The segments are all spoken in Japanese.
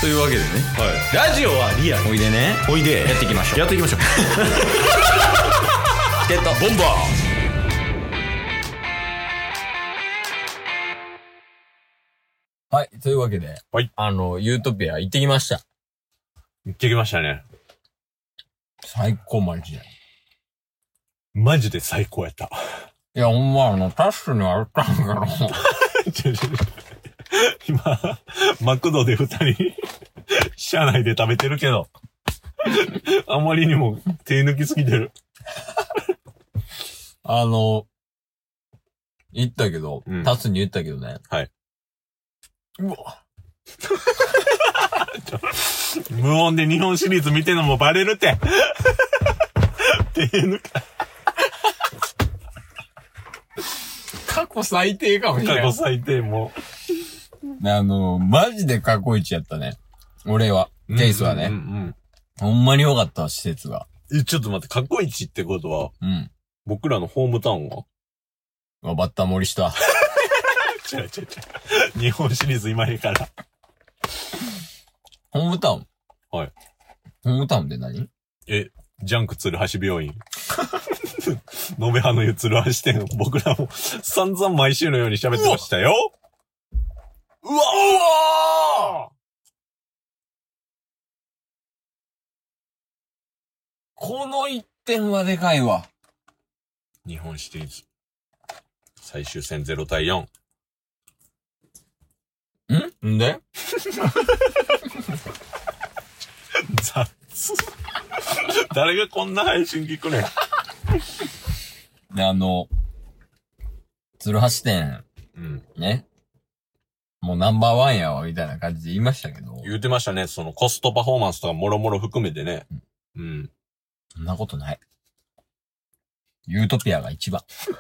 というわけでね、 ラジオはリアル。 おいでね、 おいで。 やっていきましょう。 やっていきましょう。 チケットボンバー。はい、というわけで、 はい。 ユートピア行ってきました。 行ってきましたね。 最高マジで。 マジで最高やった。 いや、ほんまタッシュにあったんやろ。 今、マクドで二人、車内で食べてるけど、あまりにも手抜きすぎてる。 言ったけど、 うんタスに言ったけどね。 はい。 うわ。 無音で日本シリーズ見てんのもバレるって。手抜か。 過去最低かもしれない。 過去最低もマジで過去一やったね。俺は。 う。 ケースはね。ほんまに良かったわ、施設が。 ちょっと待って、過去一ってことは、 うん。 僕らのホームタウンはバッタ森下。 違う。日本シリーズ今へんから。 ホームタウン。 はい。 ホームタウンって何？ ジャンク鶴橋病院。延べ葉の湯鶴橋店、僕らも散々毎週のように喋ってましたよ。うわこの一点はでかいわ。 日本シリーズ。最終戦0対4。 んで雑。誰がこんな配信聞くねん。 で、鶴橋店、ね。もうナンバーワンやわ、みたいな感じで言いましたけど。 言うてましたね。そのコストパフォーマンスとかもろもろ含めてね。 そんなことない。ユートピアが一番。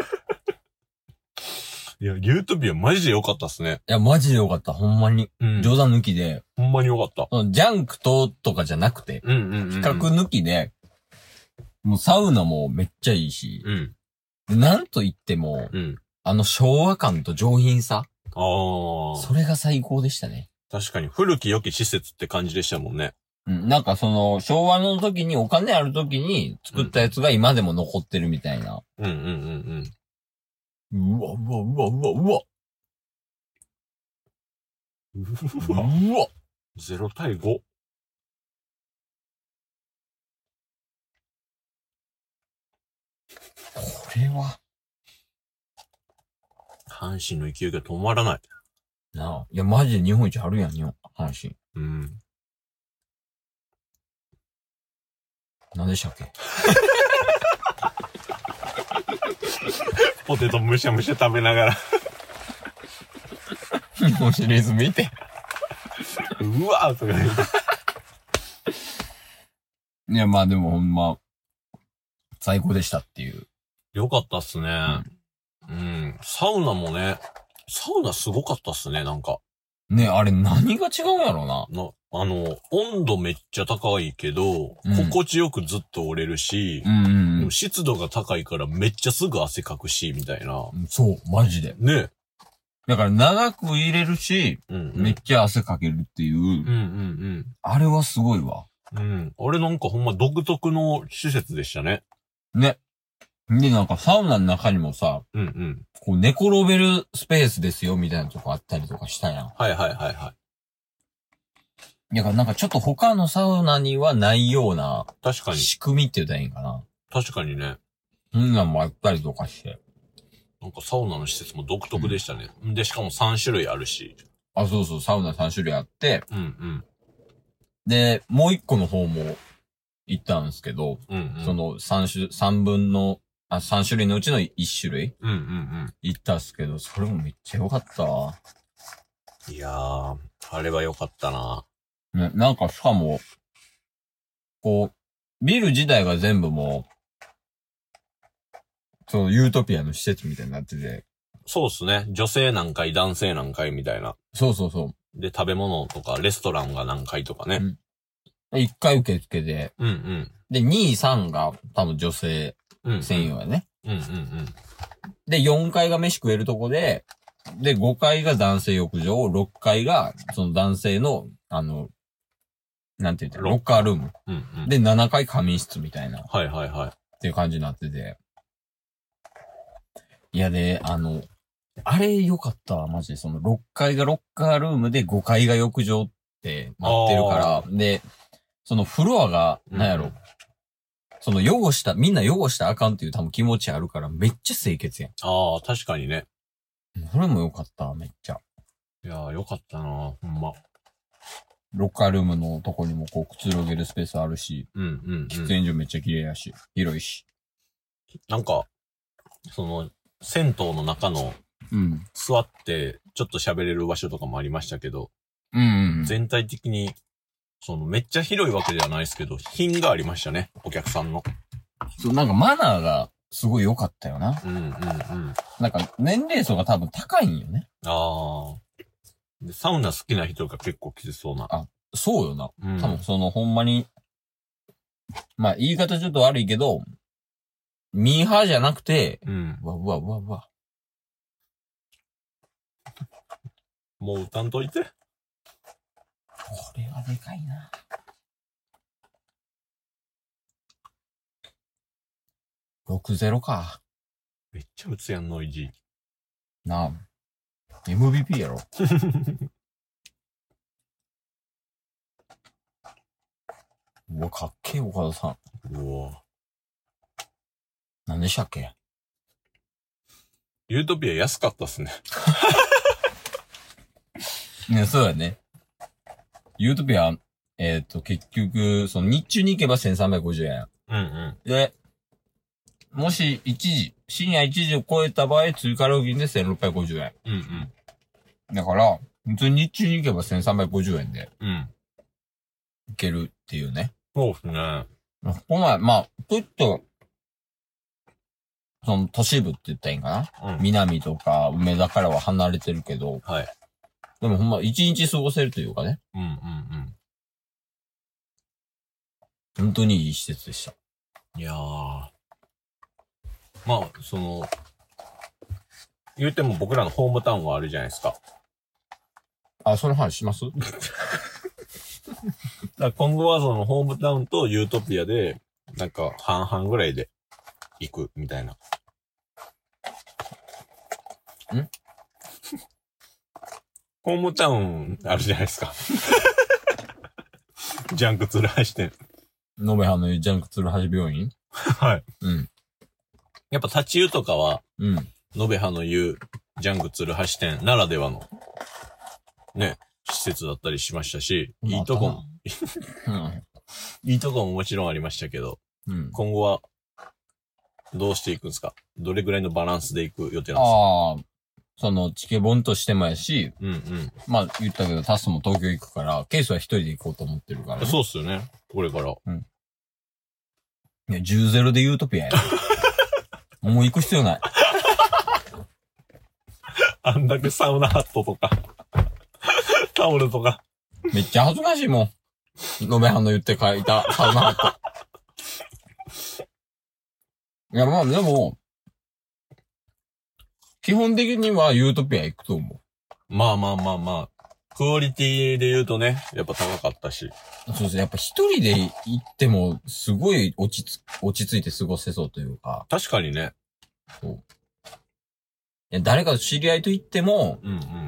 いや、ユートピアマジで良かったっすね。 いや、マジでよかった、ほんまに。冗談抜きで。 ほんまに良かった。 ジャンクとかじゃなくて、比較抜きで、もうサウナもめっちゃいいし、なんと言っても、昭和感と上品さ。それが最高でしたね。 確かに、古き良き施設って感じでしたもんね。 なんか昭和の時にお金ある時に作ったやつが今でも残ってるみたいな。うわ。 0対5。 これは。 阪神の勢いが止まらない。 なあ。いや、マジで日本一あるやん、阪神。何でしたっけ？ ポテトむしゃむしゃ食べながら。 日本シリーズ見て。 うわーとか言う。 いや、まあでもほんま、最高でしたっていう。 よかったっすね。サウナもね、サウナすごかったっすね、なんか。 ね、あれ何が違うんやろな。 温度めっちゃ高いけど、心地よくずっと折れるし、でも湿度が高いからめっちゃすぐ汗かくし、みたいな。 そう、マジで。 ね。 だから長く入れるし、めっちゃ汗かけるっていう。あれはすごいわ。 あれなんかほんま独特の施設でしたね。 ね。で、なんかサウナの中にもさ、こう寝転べるスペースですよ、みたいなとこあったりとかしたやん。 はい。 だからなんかちょっと他のサウナにはないような、 確かに。 仕組みって言ったらいいんかな。 確かにね。 そんなんもあったりとかして。 なんかサウナの施設も独特でしたね。で、しかも3種類あるし。 そうそう、サウナ3種類あって、で、もう1個の方も行ったんですけど、その3種類のうちの1種類行ったんですけど、それもめっちゃ良かったわ。 いやー、あれは良かったな。 ね、なんかしかも、こう、ビル自体が全部もう、ユートピアの施設みたいになってて。 そうっすね。女性何回、男性何回みたいな。 そう。 で、食べ物とか、レストランが何回とかね。 1回受付で。で、2、3が多分女性専用やね。で、4階が飯食えるとこで、で、5階が男性浴場、6階が、その男性の、 なんて言ったら、ロッカールーム。 うんうん。 で、7階仮眠室みたいな。 はいはいはい。 っていう感じになってて。いやで、あれ良かったわ、マジで。その6階がロッカールームで5階が浴場ってなってるから、で、そのフロアが、なんやろ、そのみんな汚したらあかんっていう多分気持ちあるから、めっちゃ清潔やん。 ああ、確かにね。 それも良かった、めっちゃ。 いやー、良かったなほんま。 ロッカールームのとこにもこう、くつろげるスペースあるし、喫煙所めっちゃ綺麗やし、広いし。 なんか、銭湯の中の、座って、ちょっと喋れる場所とかもありましたけど、全体的に、めっちゃ広いわけではないですけど、品がありましたね、お客さんの。 そう、なんかマナーがすごい良かったよな。なんか年齢層が多分高いんよね。 ああ。で、サウナ好きな人が結構来てそうな。 あ、そうよな。多分ほんまに、まあ言い方ちょっと悪いけど、ミーハーじゃなくて、うわ。 もう歌んといて。 これはでかいな。6-0か。 めっちゃ打つやん、ノイジー。 なあ。MVP やろ。うわ、かっけえ、岡田さん。 うわ。 何でしたっけ？ ユートピア安かったっすね。 ね、そうやね。ユートピア、結局、日中に行けば1350円。で、もし深夜1時を超えた場合、追加料金で1650円。だから、普通に日中に行けば1350円で、行けるっていうね。 そうですね。 この前、まあ、ちょっと、都市部って言ったらいいんかな、南とか梅田からは離れてるけど、 はい。 でもほんま一日過ごせるというかね。本当にいい施設でした。 いやー。まあ、言うても僕らのホームタウンはあるじゃないですか。 あ、その話します？ だから今後はホームタウンとユートピアで、なんか半々ぐらいで行くみたいな。ホームタウンあるじゃないですか。ジャンク鶴橋店。 野辺派のジャンク鶴橋病院？ はい。やっぱ立ち湯とかは、野辺派の言うジャンク鶴橋店ならではの、ね、施設だったりしましたし、いいとこも、いいとこももちろんありましたけど、今後は、どうしていくんですか？どれぐらいのバランスでいく予定なんですか？ああ、チケボンとしてもやし、まあ言ったけどタスも東京行くから、ケースは一人で行こうと思ってるから、ね。 そうっすよね。これから。 いや、10-0でユートピアや。もう行く必要ない。 あんだけサウナハットとか、タオルとか。 めっちゃ恥ずかしいもん。野辺藩の言って書いたサウナハット。いや、まあでも、基本的にはユートピア行くと思う。 まあ。クオリティで言うとね、やっぱ高かったし。 そうですね。やっぱ一人で行っても、すごい落ち着いて過ごせそうというか。 確かにね。 そう。いや、誰かと知り合いと行っても、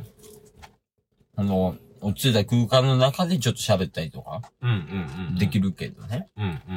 落ち着いた空間の中でちょっと喋ったりとか、できるけどね。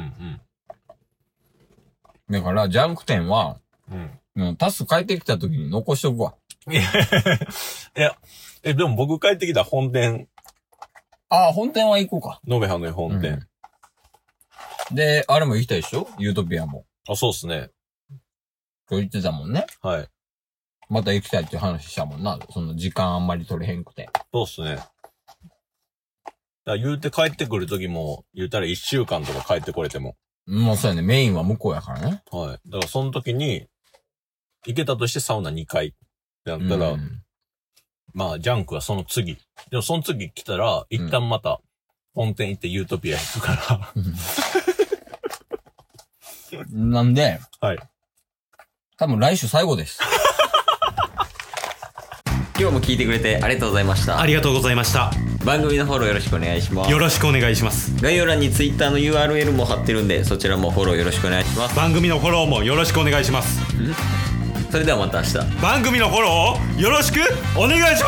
だから、ジャンク店は、タス帰ってきた時に残しとくわ。 いや、でも僕帰ってきた本店。 ああ、本店は行こうか。 野辺派の本店。 で、あれも行きたいでしょ？ユートピアも。 あ、そうっすね。 今日言ってたもんね。 はい。 また行きたいっていう話したもんな。時間あんまり取れへんくて。 そうっすね。言うて帰ってくる時も、言うたら1週間とか帰ってこれても。 もうそうやね。メインは向こうやからね。 はい。だからその時に、行けたとしてサウナ2回ってなったら、まあ、ジャンクはその次。でもその次来たら、一旦また、本店行ってユートピア行くから。 なんで、 はい。 多分来週最後です。 今日も聞いてくれてありがとうございました。 ありがとうございました。 番組のフォローよろしくお願いします。 よろしくお願いします。 概要欄に Twitter の URL も貼ってるんで、そちらもフォローよろしくお願いします。 番組のフォローもよろしくお願いします。 それではまた明日。 番組のフォローよろしくお願いします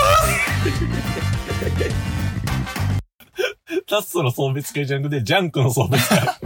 タッソの送別会じゃなくてジャンクの送別会